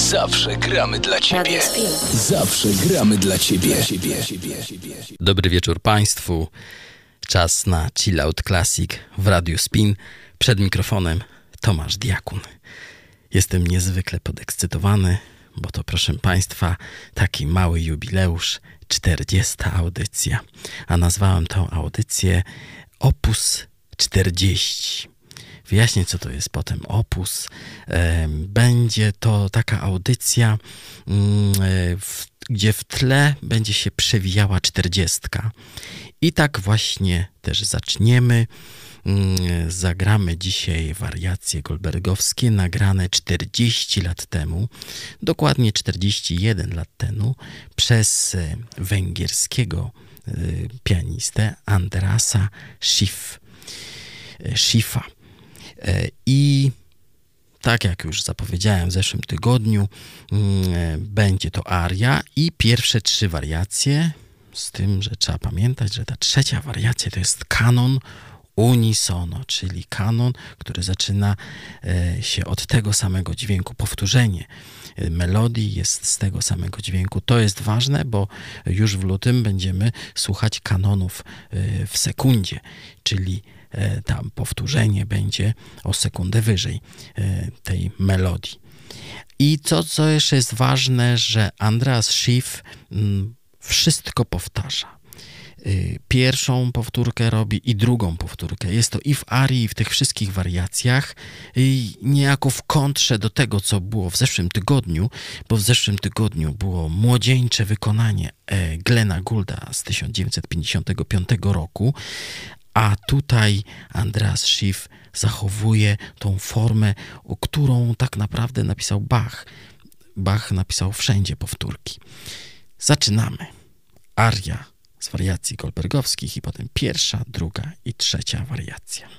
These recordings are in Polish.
Zawsze gramy dla Ciebie. Zawsze gramy dla Ciebie. Dobry wieczór Państwu. Czas na Chill Out Classic w Radiu Spin. Przed mikrofonem Tomasz Diakun. Jestem niezwykle podekscytowany, bo to, proszę Państwa, taki mały jubileusz, 40. audycja. A nazwałem tę audycję Opus 40. Wyjaśnię, co to jest potem Opus. Będzie to taka audycja, gdzie w tle będzie się przewijała 40. I tak właśnie też zaczniemy. Zagramy dzisiaj wariacje goldbergowskie nagrane 40 lat temu, dokładnie 41 lat temu, przez węgierskiego pianistę Andrasa Schiffa. I tak jak już zapowiedziałem w zeszłym tygodniu, będzie to aria i pierwsze 3 wariacje, z tym, że trzeba pamiętać, że ta trzecia wariacja to jest kanon unisono, czyli kanon, który zaczyna się od tego samego dźwięku. Powtórzenie melodii jest z tego samego dźwięku. To jest ważne, bo już w lutym będziemy słuchać kanonów w sekundzie, czyli tam powtórzenie będzie o sekundę wyżej tej melodii. I co jeszcze jest ważne, że Andreas Schiff wszystko powtarza. Pierwszą powtórkę robi i drugą powtórkę. Jest to i w arii, i w tych wszystkich wariacjach. I niejako w kontrze do tego, co było w zeszłym tygodniu, bo w zeszłym tygodniu było młodzieńcze wykonanie Glena Goulda z 1955 roku, a tutaj Andreas Schiff zachowuje tą formę, którą tak naprawdę napisał Bach. Bach napisał wszędzie powtórki. Zaczynamy. Aria z wariacji goldbergowskich i potem pierwsza, druga i trzecia wariacja.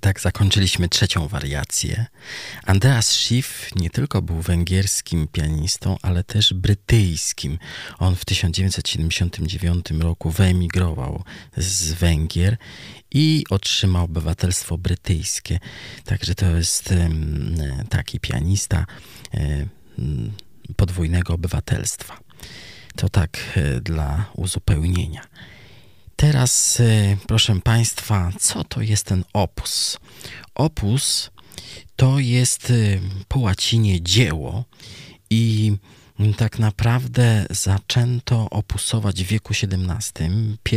Tak zakończyliśmy trzecią wariację. Andreas Schiff nie tylko był węgierskim pianistą, ale też brytyjskim. On w 1979 roku wyemigrował z Węgier i otrzymał obywatelstwo brytyjskie. Także to jest taki pianista podwójnego obywatelstwa. To tak dla uzupełnienia. Teraz, proszę Państwa, co to jest ten opus? Opus to jest po łacinie dzieło i tak naprawdę zaczęto opusować w wieku XVII.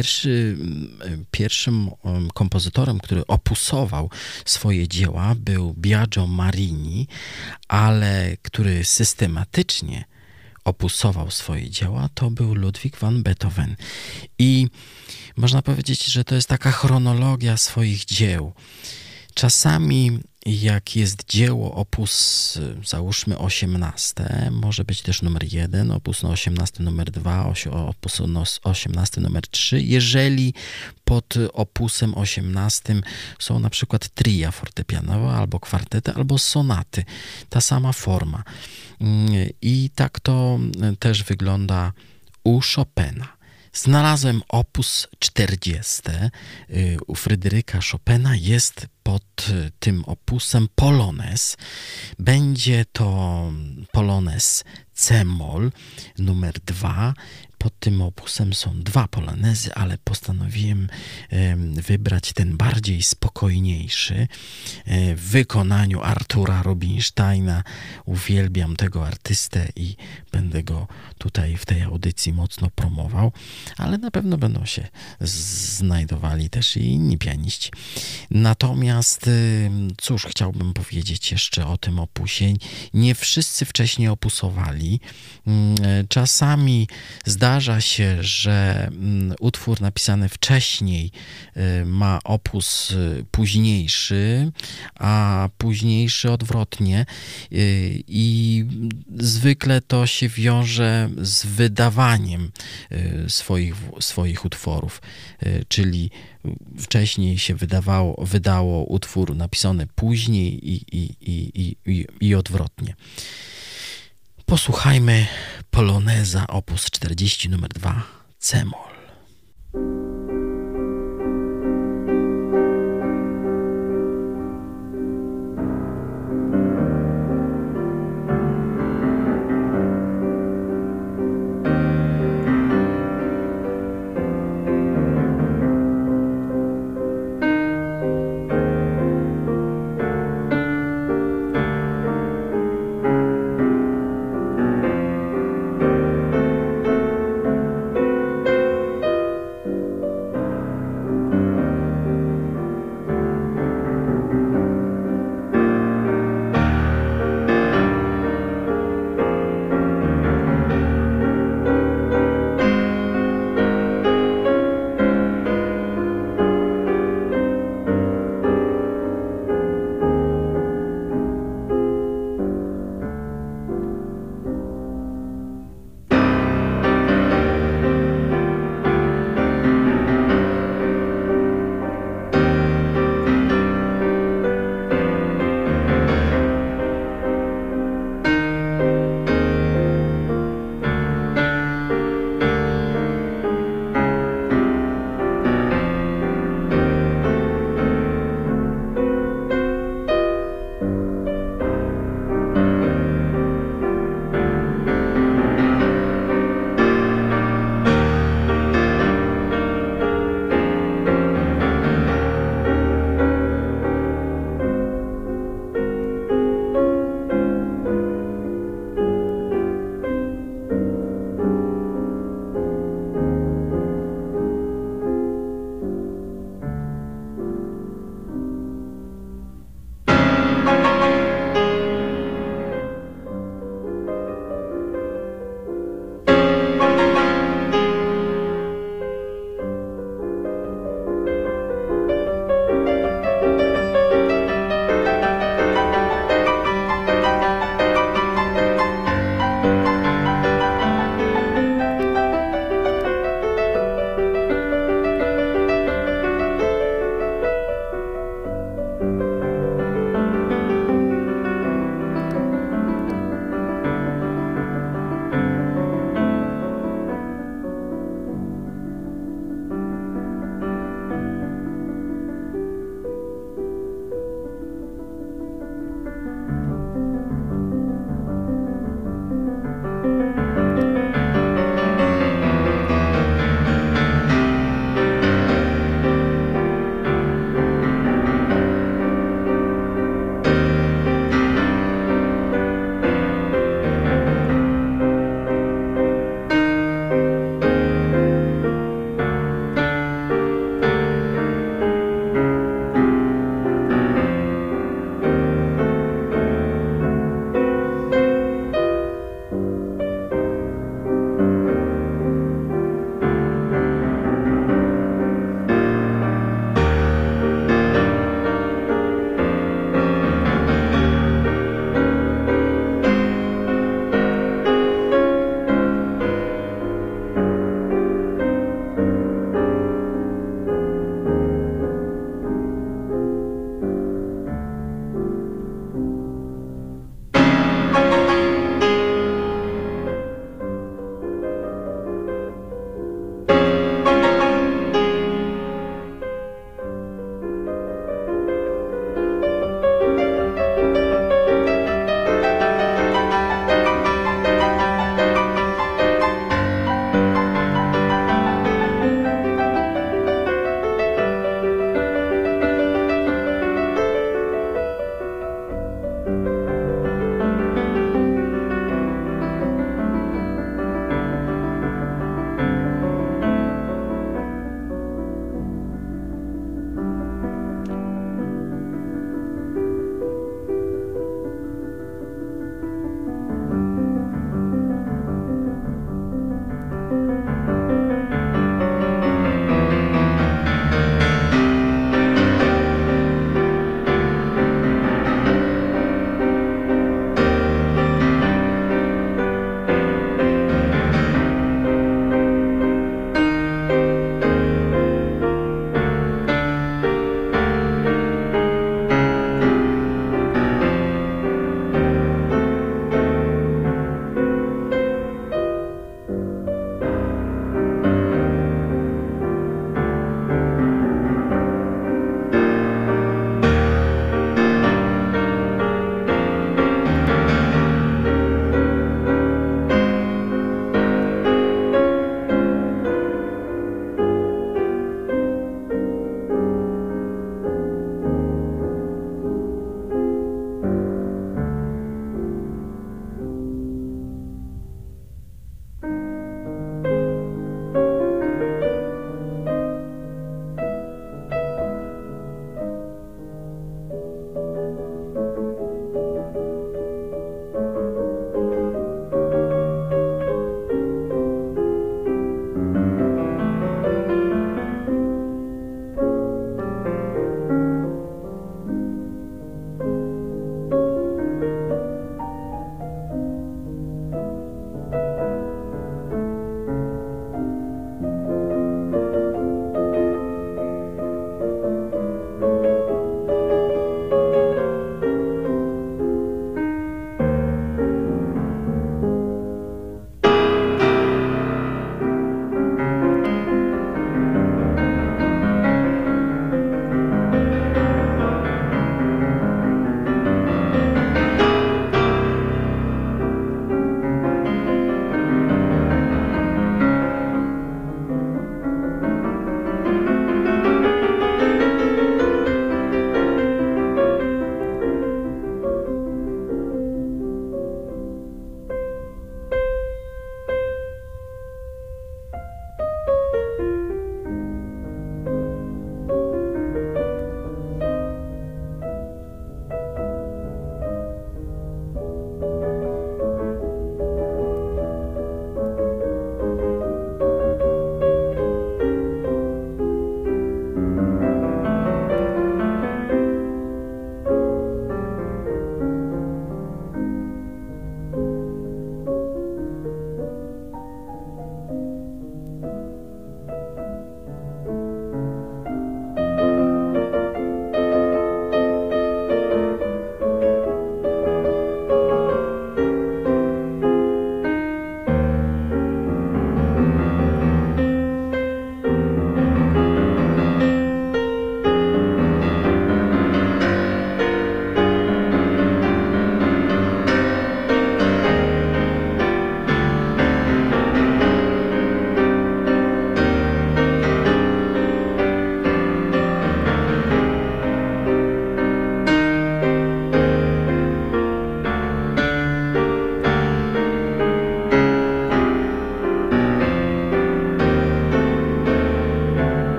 Pierwszym kompozytorem, który opusował swoje dzieła, był Biagio Marini, ale który systematycznie opusował swoje dzieła, to był Ludwig van Beethoven. I można powiedzieć, że to jest taka chronologia swoich dzieł. Czasami jak jest dzieło opus, załóżmy 18, może być też numer 1, opus 18 numer 2, opus 18 numer 3. Jeżeli pod opusem 18 są na przykład tria fortepianowe, albo kwartety, albo sonaty. Ta sama forma. I tak to też wygląda u Chopina. Znalazłem opus 40 u Fryderyka Chopina, jest pod tym opusem Polones. Będzie to Polones C-moll numer 2. Pod tym opusem są 2 polonezy, ale postanowiłem wybrać ten bardziej spokojniejszy w wykonaniu Artura Rubinsteina. Uwielbiam tego artystę i będę go tutaj w tej audycji mocno promował, ale na pewno będą się znajdowali też i inni pianiści. Natomiast cóż, chciałbym powiedzieć jeszcze o tym opusie. Nie wszyscy wcześniej opusowali. Czasami zdarza się, że utwór napisany wcześniej ma opus późniejszy, a późniejszy odwrotnie i zwykle to się wiąże z wydawaniem swoich utworów, czyli wcześniej się wydało utwór napisany później i odwrotnie. Posłuchajmy Poloneza opus 40 numer 2 C-moll.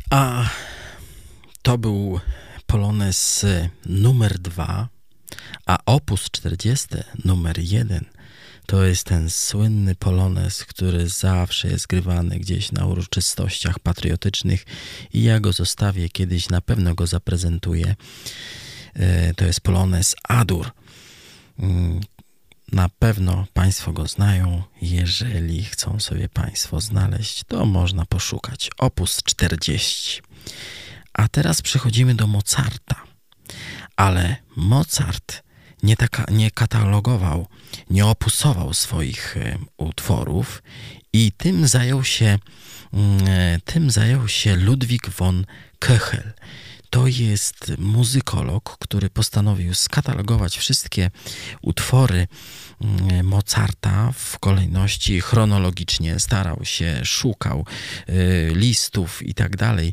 A to był polonez numer 2, a opus 40 numer 1 to jest ten słynny polonez, który zawsze jest grywany gdzieś na uroczystościach patriotycznych i ja go zostawię, kiedyś na pewno go zaprezentuję. To jest polonez A-dur. Na pewno Państwo go znają. Jeżeli chcą sobie Państwo znaleźć, to można poszukać. Opus 40. A teraz przechodzimy do Mozarta. Ale Mozart nie katalogował, nie opusował swoich utworów i tym zajął się Ludwig von Köchel. To jest muzykolog, który postanowił skatalogować wszystkie utwory Mozarta w kolejności chronologicznie. Starał się, szukał listów i tak dalej.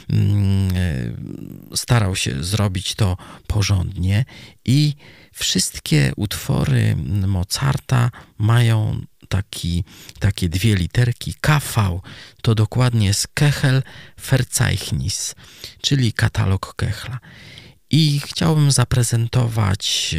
Starał się zrobić to porządnie i wszystkie utwory Mozarta mają takie dwie literki KV, to dokładnie jest Köchel Verzeichnis, czyli katalog Köchla. I chciałbym zaprezentować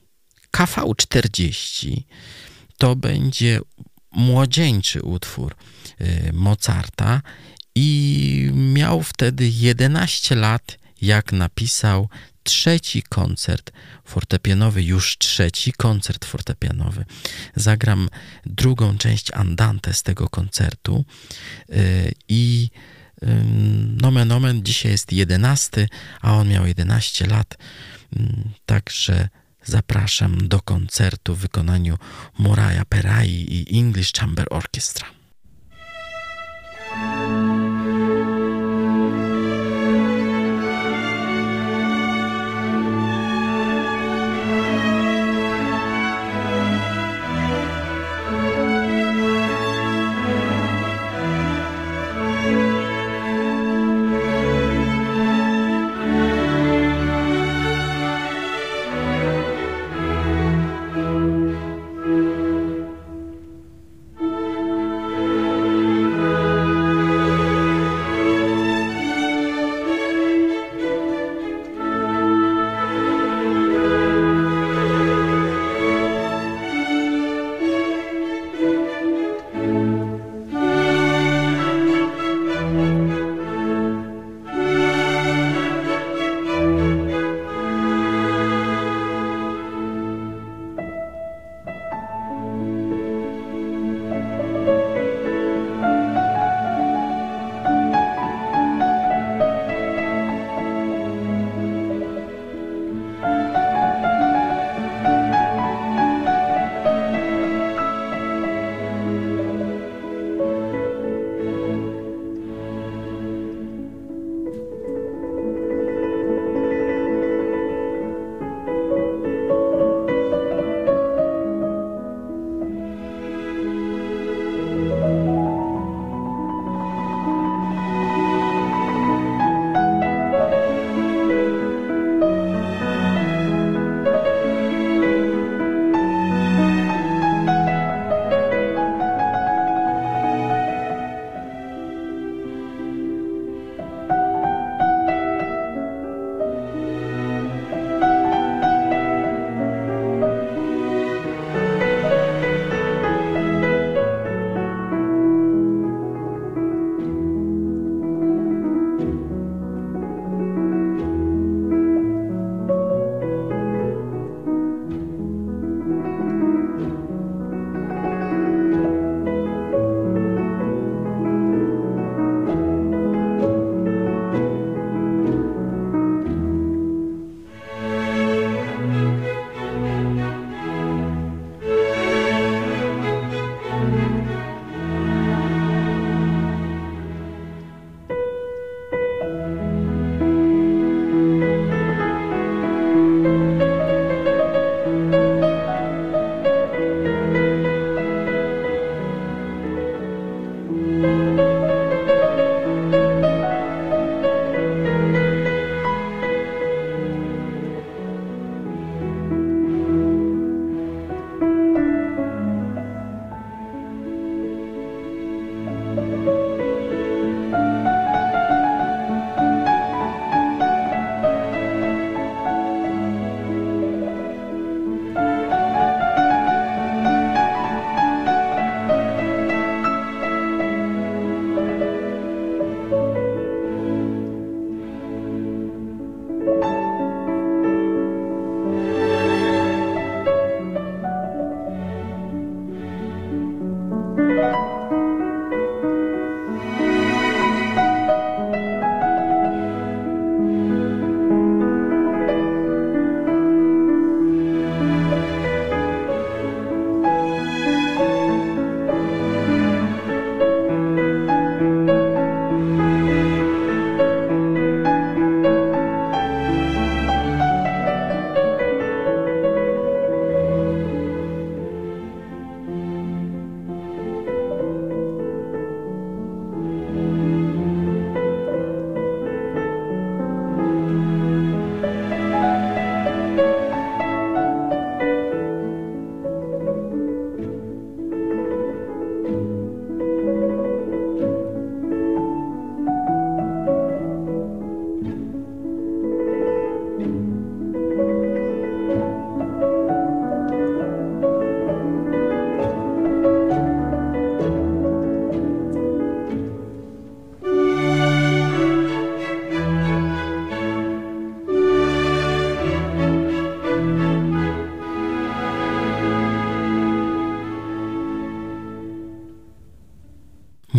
KV40. To będzie młodzieńczy utwór Mozarta i miał wtedy 11 lat, jak napisał trzeci koncert fortepianowy, już trzeci koncert fortepianowy. Zagram drugą część Andante z tego koncertu i nomen omen dzisiaj jest 11, a on miał 11 lat, także zapraszam do koncertu w wykonaniu Muraja Perai i English Chamber Orchestra.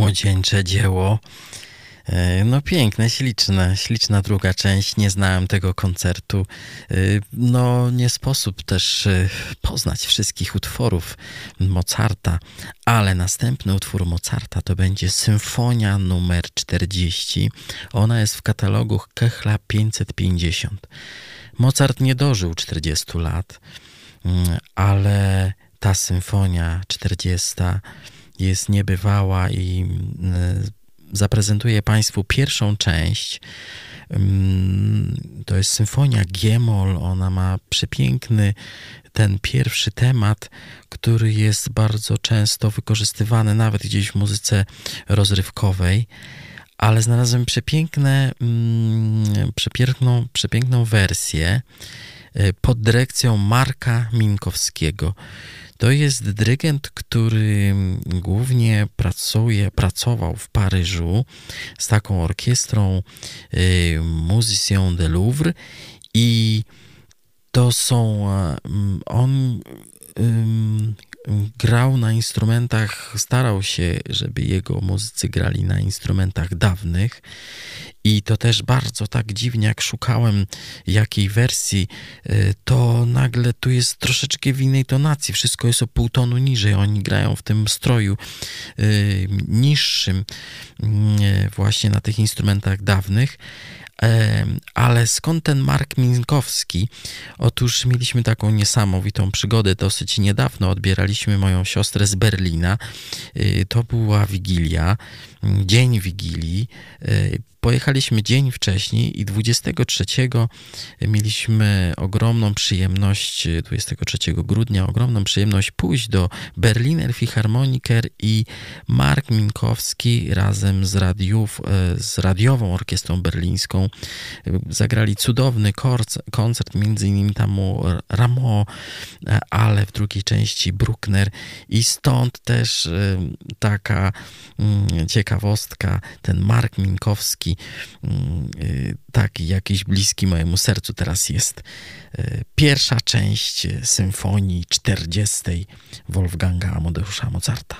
młodzieńcze dzieło. No piękne, śliczna druga część. Nie znałem tego koncertu. No nie sposób też poznać wszystkich utworów Mozarta, ale następny utwór Mozarta to będzie Symfonia numer 40. Ona jest w katalogu Kechla 550. Mozart nie dożył 40 lat, ale ta Symfonia 40 jest niebywała i zaprezentuję Państwu pierwszą część. To jest symfonia G-moll. Ona ma przepiękny ten pierwszy temat, który jest bardzo często wykorzystywany nawet gdzieś w muzyce rozrywkowej, ale znalazłem przepiękną wersję pod dyrekcją Marka Minkowskiego. To jest dyrygent, który głównie pracował w Paryżu z taką orkiestrą Musiciens de Louvre i to są... On grał na instrumentach, starał się, żeby jego muzycy grali na instrumentach dawnych i to też bardzo tak dziwnie, jak szukałem jakiej wersji, to nagle tu jest troszeczkę w innej tonacji, wszystko jest o pół tonu niżej, oni grają w tym stroju niższym właśnie na tych instrumentach dawnych. Ale skąd ten Mark Minkowski? Otóż mieliśmy taką niesamowitą przygodę dosyć niedawno. Odbieraliśmy moją siostrę z Berlina. To była Wigilia, dzień Wigilii. Pojechaliśmy dzień wcześniej i 23 mieliśmy ogromną przyjemność, 23 grudnia, ogromną przyjemność pójść do Berliner Philharmoniker i Mark Minkowski razem z radiową orkiestrą berlińską zagrali cudowny koncert, między innymi tam Rameau, ale w drugiej części Bruckner i stąd też taka ciekawostka, ten Mark Minkowski taki jakiś bliski mojemu sercu teraz jest. Pierwsza część symfonii 40 Wolfganga Amadeusza Mozarta.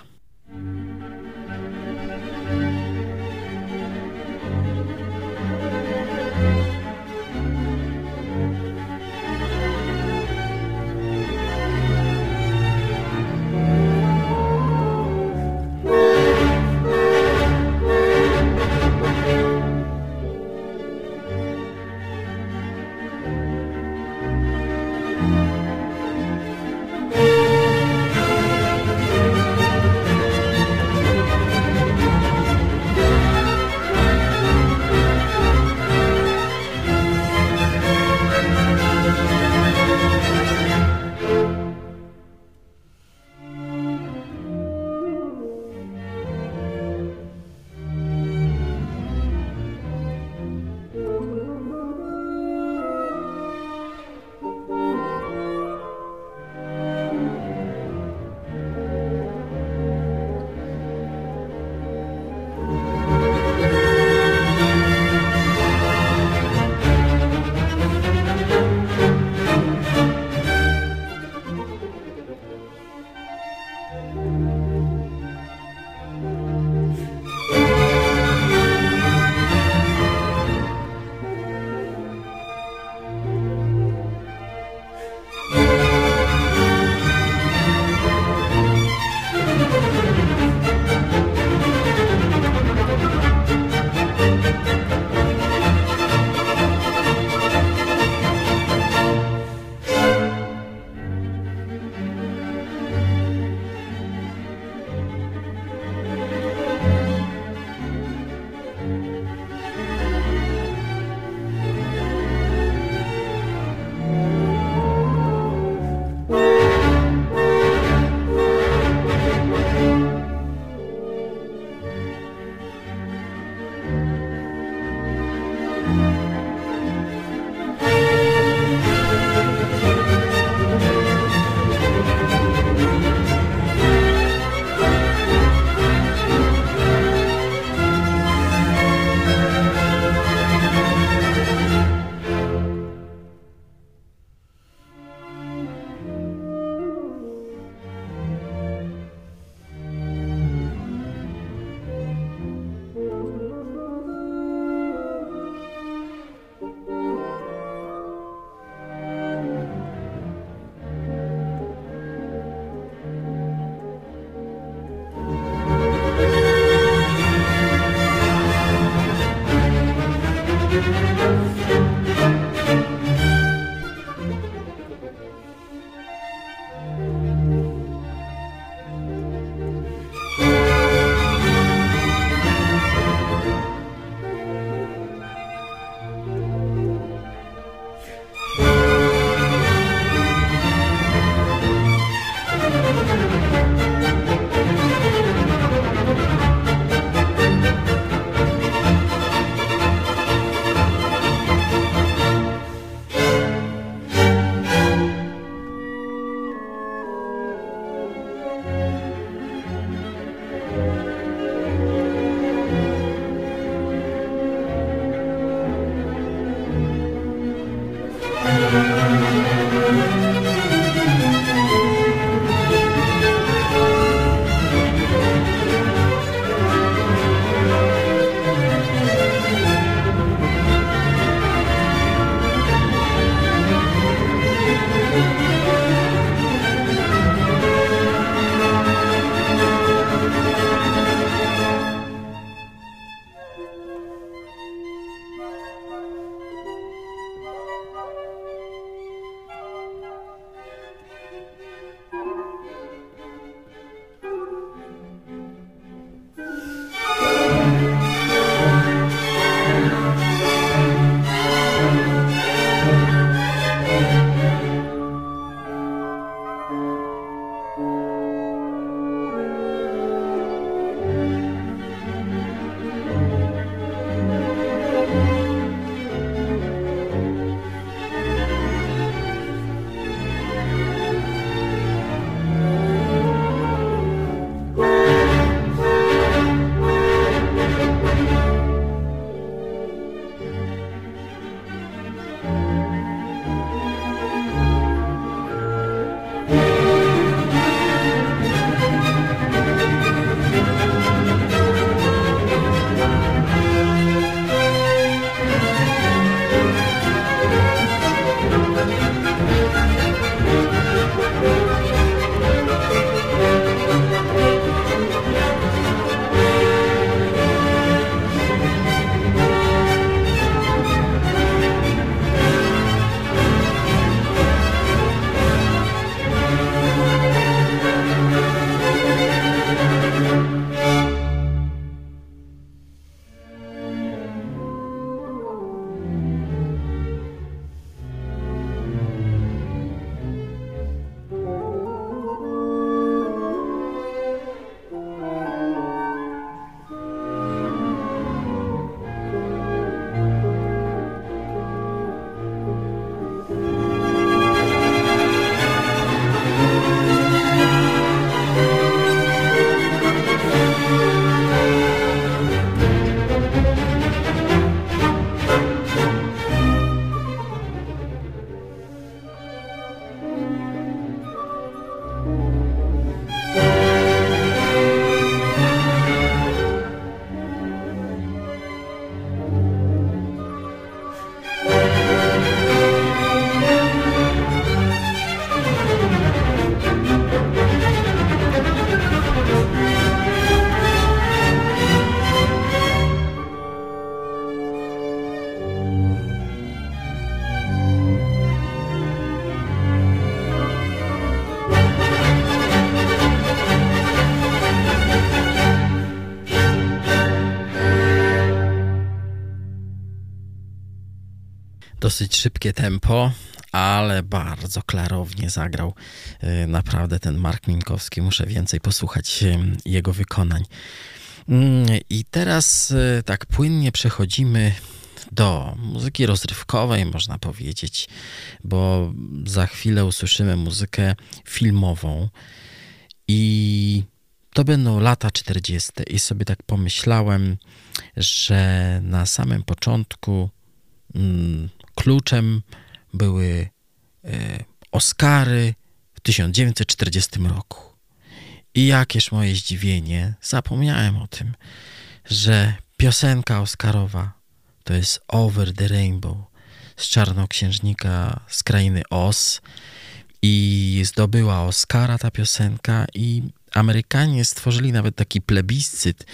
Dosyć szybkie tempo, ale bardzo klarownie zagrał naprawdę ten Mark Minkowski. Muszę więcej posłuchać jego wykonań. I teraz tak płynnie przechodzimy do muzyki rozrywkowej, można powiedzieć, bo za chwilę usłyszymy muzykę filmową i to będą lata 40. i sobie tak pomyślałem, że na samym początku kluczem były Oscary w 1940 roku. I jakież moje zdziwienie, zapomniałem o tym, że piosenka oscarowa to jest Over the Rainbow z Czarnoksiężnika z krainy Oz i zdobyła Oscara ta piosenka i Amerykanie stworzyli nawet taki plebiscyt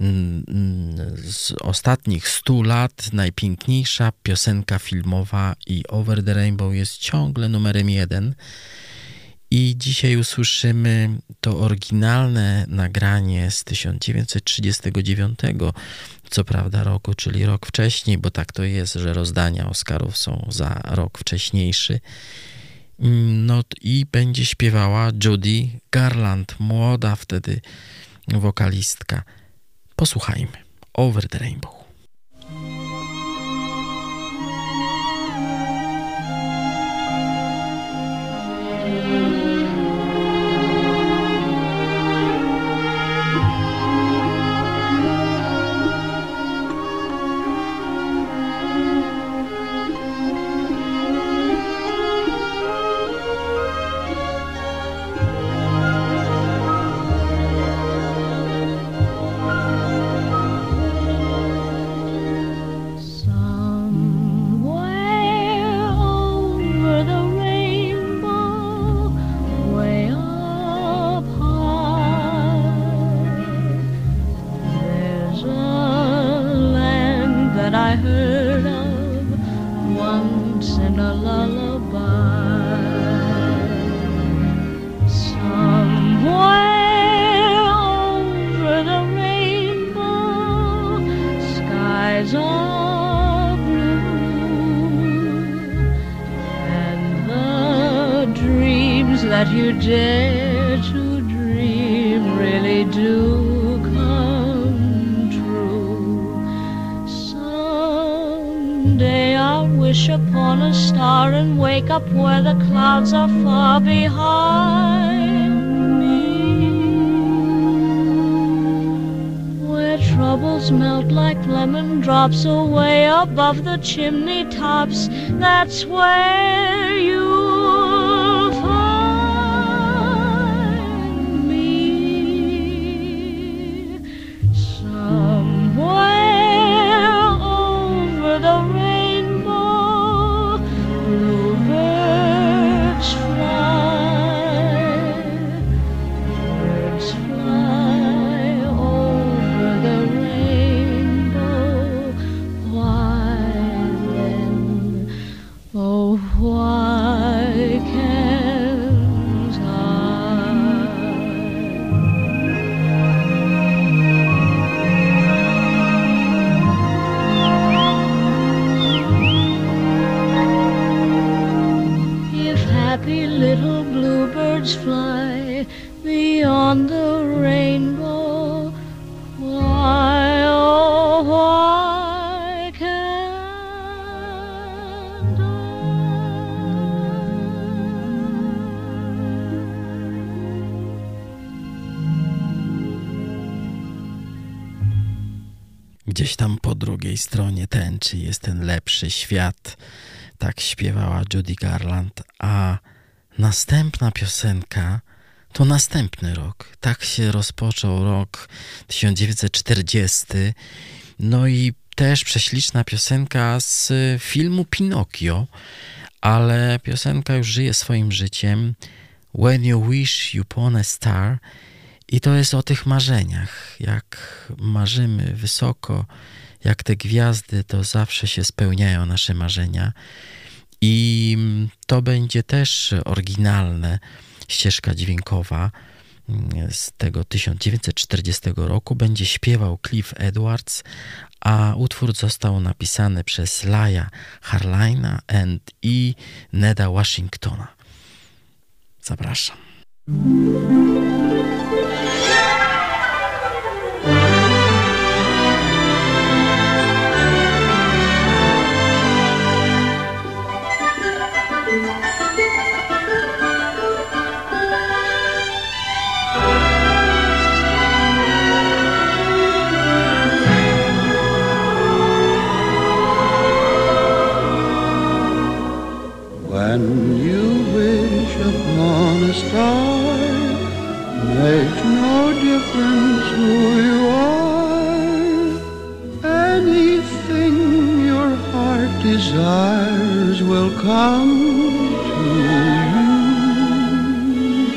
z ostatnich 100 lat, najpiękniejsza piosenka filmowa i Over the Rainbow jest ciągle numerem 1. I dzisiaj usłyszymy to oryginalne nagranie z 1939, co prawda roku, czyli rok wcześniej, bo tak to jest, że rozdania Oscarów są za rok wcześniejszy. No i będzie śpiewała Judy Garland, młoda wtedy wokalistka. Posłuchajmy. Over the Rainbow. That you dare to dream really do come true. Someday I'll wish upon a star and wake up where the clouds are far behind me, where troubles melt like lemon drops away above the chimney tops. That's where you'll find fly beyond the rainbow. Why, oh, why can't Gdzieś tam po drugiej stronie tęczy jest ten lepszy świat. Tak śpiewała Judy Garland, a następna piosenka to następny rok. Tak się rozpoczął rok 1940. No i też prześliczna piosenka z filmu Pinokio, ale piosenka już żyje swoim życiem. When you wish upon a star. I to jest o tych marzeniach. Jak marzymy wysoko, jak te gwiazdy, to zawsze się spełniają nasze marzenia. I to będzie też oryginalna ścieżka dźwiękowa. z tego 1940 roku będzie śpiewał Cliff Edwards, a utwór został napisany przez Laia Harlina i Neda Washingtona. Zapraszam. When you wish upon a star, makes no difference who you are. Anything your heart desires will come to you.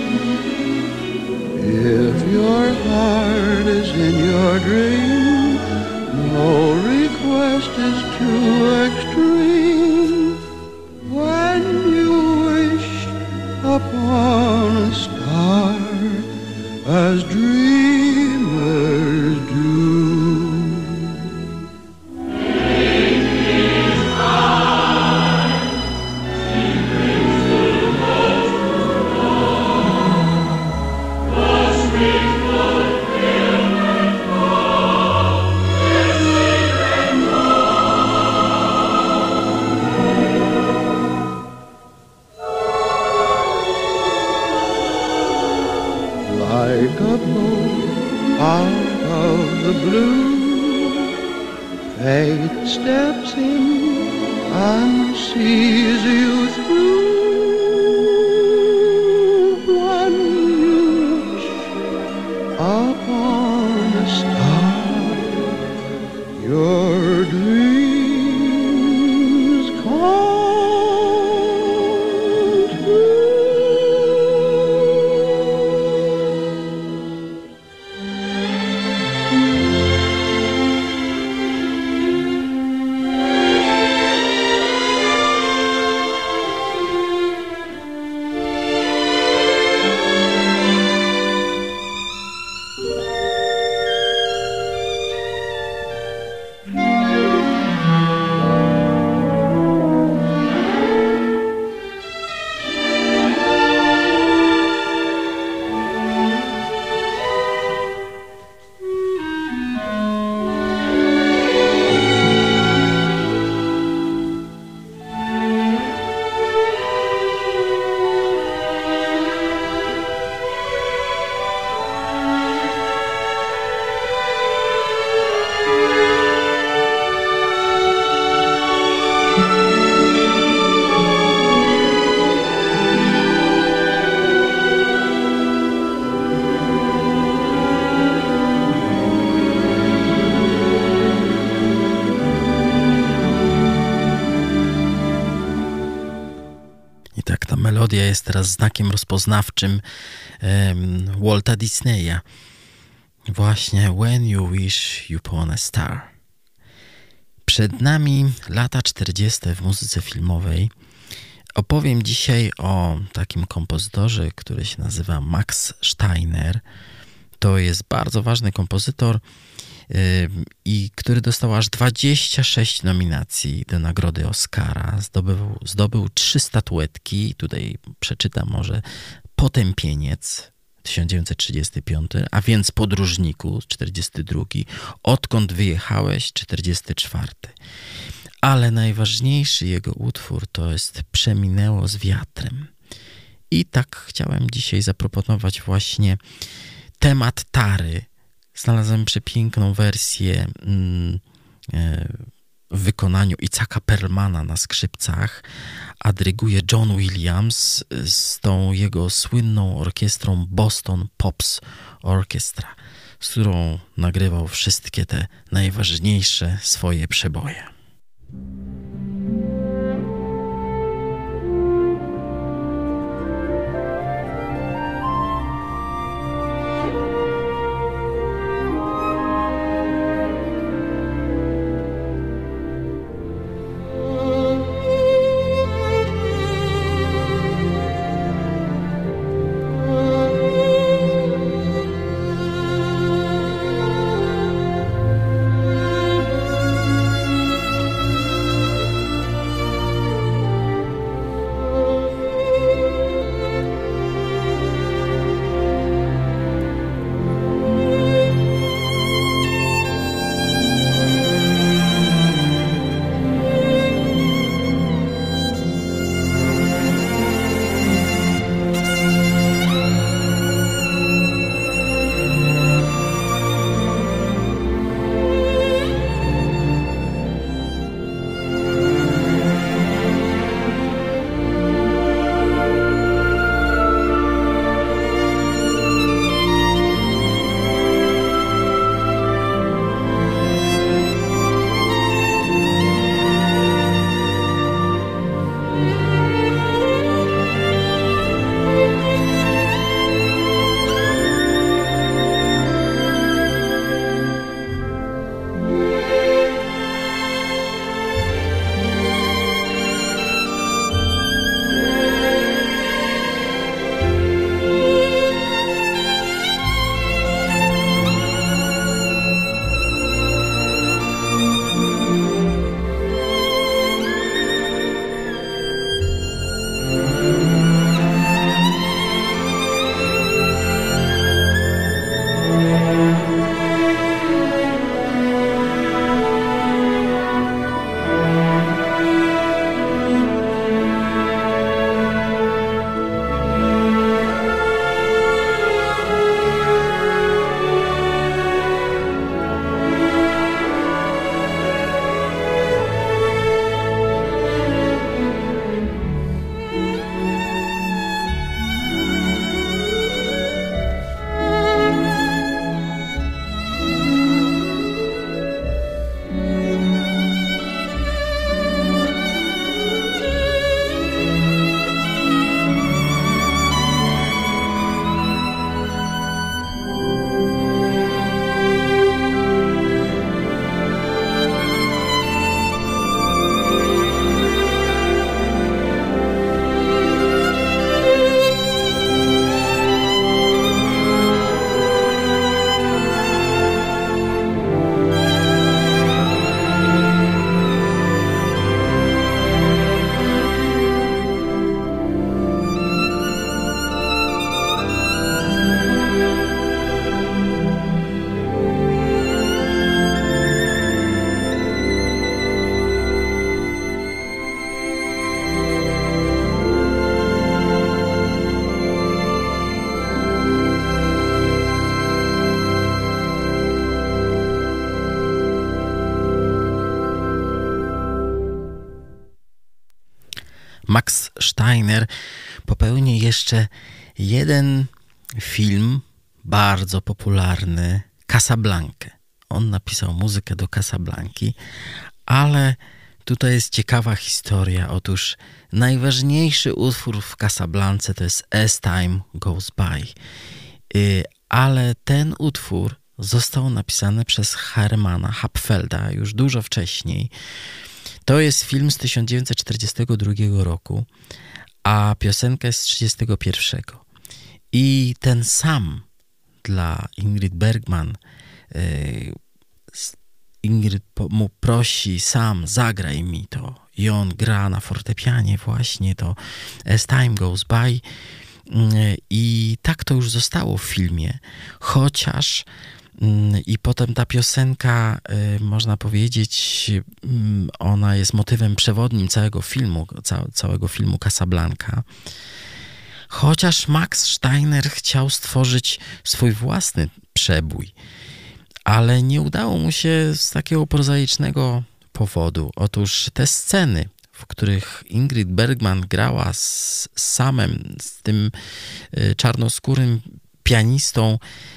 If your heart is in your dream, no request is too extreme. When you wish upon a star, as dreamers do. Like a boat out of the blue, fate steps in and sees you through. When you wish upon a star, your dreams come true. Melodia jest teraz znakiem rozpoznawczym Walta Disneya. Właśnie When You Wish Upon a Star. Przed nami lata 40. w muzyce filmowej. Opowiem dzisiaj o takim kompozytorze, który się nazywa Max Steiner. To jest bardzo ważny kompozytor i który dostał aż 26 nominacji do nagrody Oscara. Zdobył 3 statuetki. Tutaj przeczytam może Potępieniec 1935, a więc Podróżniku 42, Odkąd wyjechałeś 44. Ale najważniejszy jego utwór to jest Przeminęło z wiatrem. I tak chciałem dzisiaj zaproponować właśnie temat Tary. Znalazłem przepiękną wersję w wykonaniu Icaka Perlmana na skrzypcach, a dyryguje John Williams z tą jego słynną orkiestrą Boston Pops Orchestra, z którą nagrywał wszystkie te najważniejsze swoje przeboje. Max Steiner popełni jeszcze jeden film bardzo popularny, Casablankę. On napisał muzykę do Casablanki, ale tutaj jest ciekawa historia. Otóż najważniejszy utwór w Casablance to jest As Time Goes By. Ale ten utwór został napisany przez Hermana Hapfelda już dużo wcześniej. To jest film z 1942 roku, a piosenka jest z 1931. I ten sam dla Ingrid Bergman, Ingrid mu prosi, sam zagraj mi to. I on gra na fortepianie właśnie to As Time Goes By. I tak to już zostało w filmie. Chociaż i potem ta piosenka, można powiedzieć, ona jest motywem przewodnim całego filmu Casablanca. Chociaż Max Steiner chciał stworzyć swój własny przebój, ale nie udało mu się z takiego prozaicznego powodu. Otóż te sceny, w których Ingrid Bergman grała z tym czarnoskórym pianistą,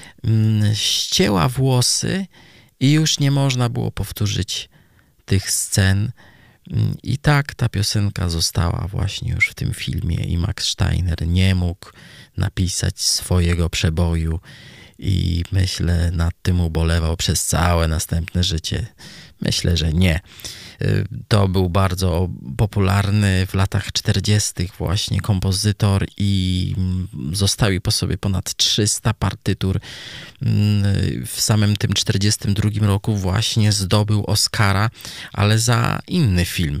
ścięła włosy i już nie można było powtórzyć tych scen. I tak ta piosenka została właśnie już w tym filmie i Max Steiner nie mógł napisać swojego przeboju i myślę, nad tym ubolewał przez całe następne życie. Myślę, że nie. To był bardzo popularny w latach 40. właśnie kompozytor i zostawił po sobie ponad 300 partytur. W samym tym 42 roku właśnie zdobył Oscara, ale za inny film.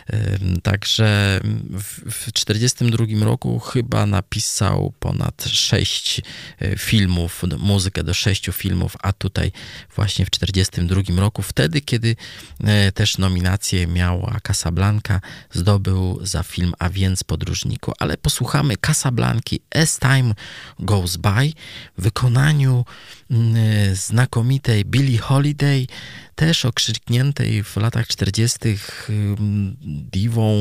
Także w 1942 roku chyba napisał ponad 6 filmów, muzykę do 6 filmów, a tutaj właśnie w 1942 roku, wtedy kiedy też nominację miała Casablanca, zdobył za film A więc podróżniku. Ale posłuchamy Casablanki As Time Goes By w wykonaniu znakomitej Billie Holiday, też okrzykniętej w latach 40. diwą,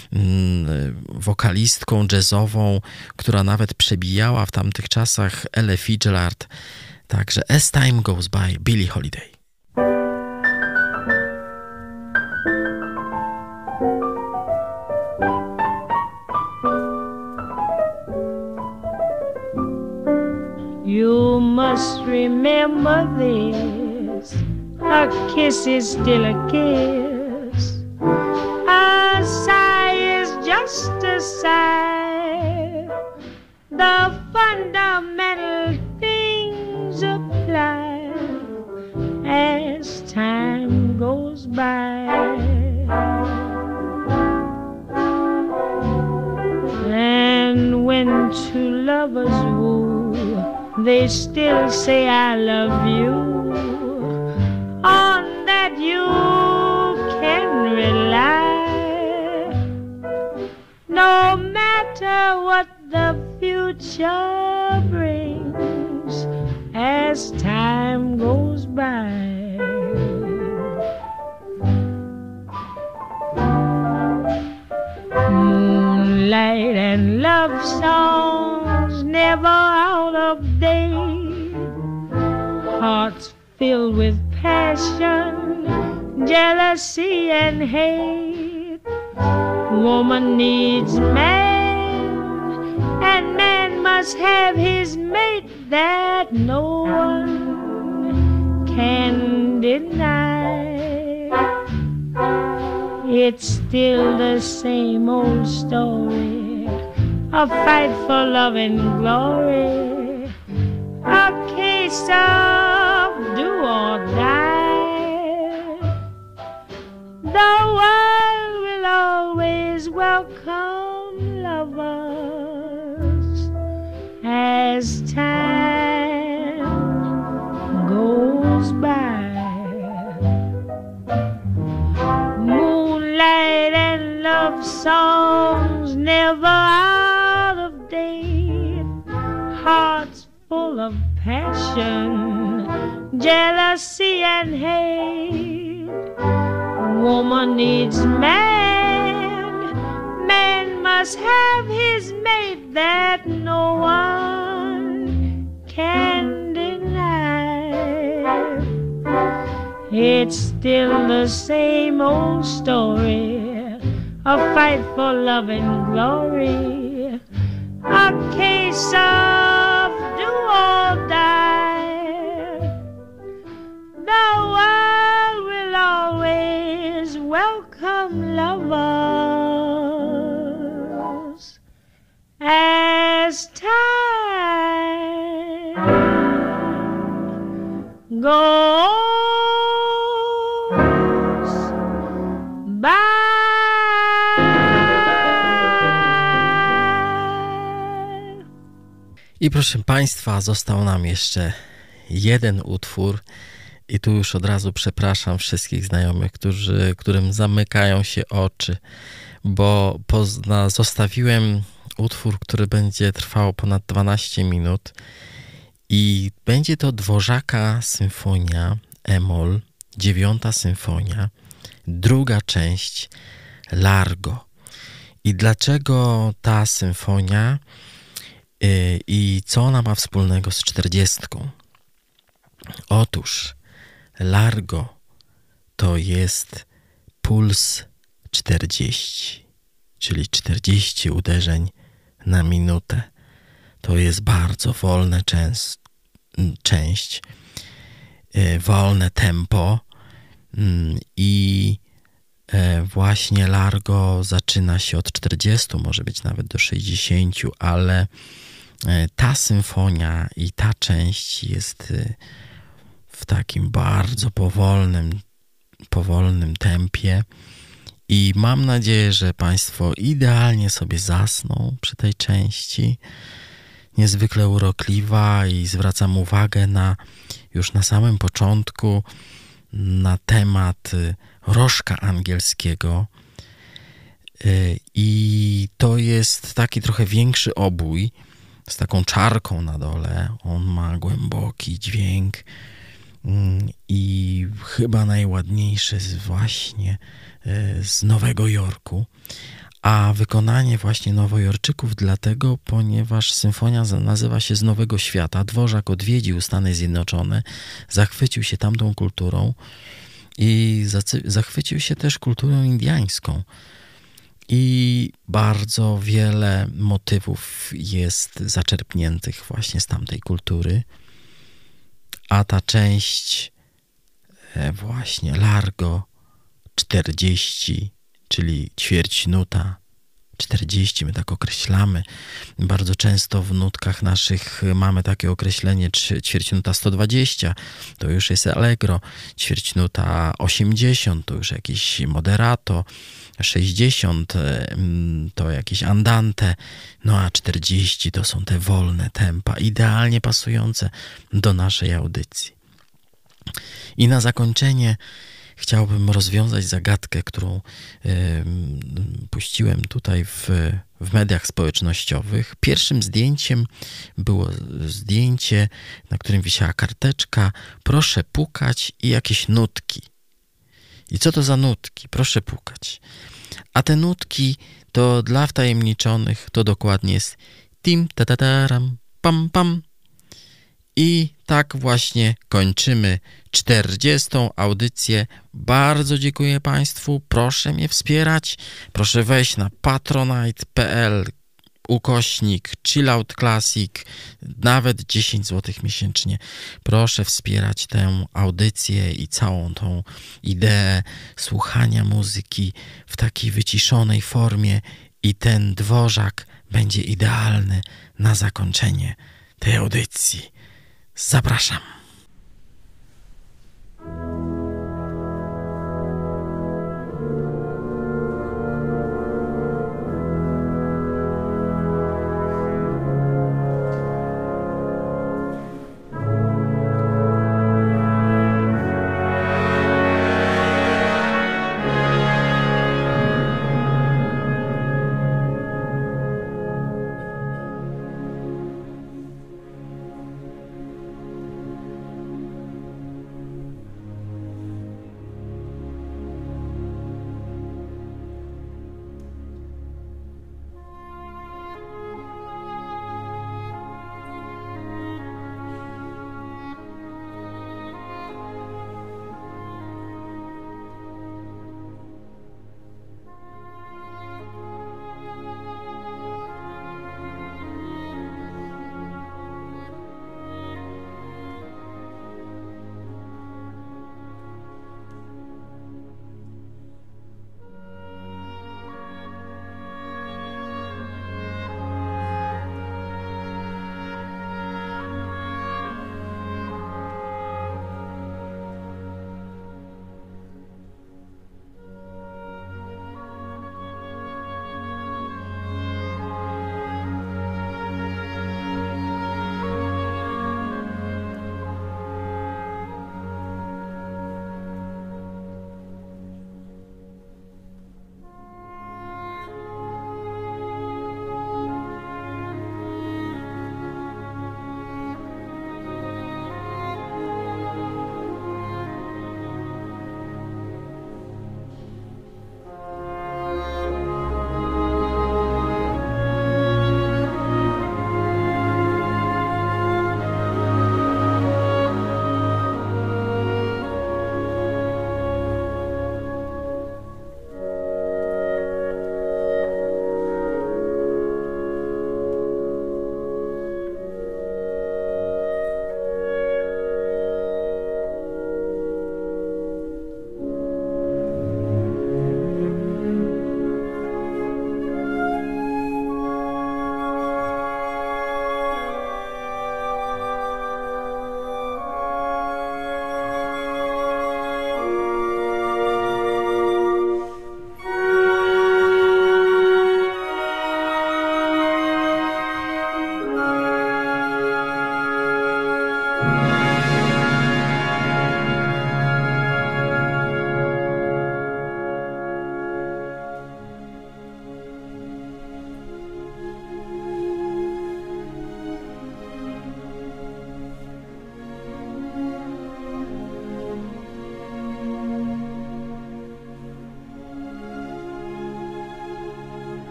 wokalistką jazzową, która nawet przebijała w tamtych czasach Ellę Fitzgerald. Także As Time Goes By, Billie Holiday. You must remember this. A kiss is still a kiss. A sigh is just a sigh. The fundamental things apply as time goes by. And when two lovers woo, they still say I love you. On that you can rely. No matter what the future brings as time goes by. Moonlight and love songs never out of date. Hearts filled with passion, jealousy and hate. Woman needs man, and man must have his mate. That no one can deny. It's still the same old story, a fight for love and glory, a case of do or die. The world will always welcome lovers as time goes by. Moonlight and love songs never out of date. Hearts full of passion, jealousy and hate. Woman needs man, man must have his mate that no one can deny. It's still the same old story, a fight for love and glory, a case of do or die. The world will always welcome lovers as time goes by. I proszę Państwa, został nam jeszcze jeden utwór i tu już od razu przepraszam wszystkich znajomych, którym zamykają się oczy, bo zostawiłem utwór, który będzie trwał ponad 12 minut i będzie to Dworzaka Symfonia e-moll, 9. symfonia, druga część Largo. I dlaczego ta symfonia i co ona ma wspólnego z 40? Otóż Largo to jest puls 40, czyli 40 uderzeń na minutę. To jest bardzo wolne wolne tempo i właśnie Largo zaczyna się od 40, może być nawet do 60, ale ta symfonia i ta część jest w takim bardzo powolnym tempie i mam nadzieję, że Państwo idealnie sobie zasną przy tej części. Niezwykle urokliwa i zwracam uwagę już na samym początku na temat rożka angielskiego i to jest taki trochę większy obój z taką czarką na dole. On ma głęboki dźwięk i chyba najładniejszy właśnie z Nowego Jorku. A wykonanie właśnie Nowojorczyków dlatego, ponieważ symfonia nazywa się Z Nowego Świata. Dworzak odwiedził Stany Zjednoczone, zachwycił się tamtą kulturą i zachwycił się też kulturą indiańską. I bardzo wiele motywów jest zaczerpniętych właśnie z tamtej kultury. A ta część właśnie Largo 40, czyli ćwierć nuta, 40, my tak określamy. Bardzo często w nutkach naszych mamy takie określenie ćwierć nuta 120, to już jest allegro, ćwierć nuta 80, to już jakieś moderato, 60 to jakieś andante, no a 40 to są te wolne tempa, idealnie pasujące do naszej audycji. I na zakończenie chciałbym rozwiązać zagadkę, którą puściłem tutaj w mediach społecznościowych. Pierwszym zdjęciem było zdjęcie, na którym wisiała karteczka proszę pukać i jakieś nutki. I co to za nutki? Proszę pukać. A te nutki to dla wtajemniczonych to dokładnie jest tim tatataram pam pam. I tak właśnie kończymy 40. audycję. Bardzo dziękuję Państwu. Proszę mnie wspierać. Proszę wejść na patronite.pl/Chillout Classic. Nawet 10 zł miesięcznie. Proszę wspierać tę audycję i całą tą ideę słuchania muzyki w takiej wyciszonej formie. I ten Dworzak będzie idealny na zakończenie tej audycji. Zapraszam.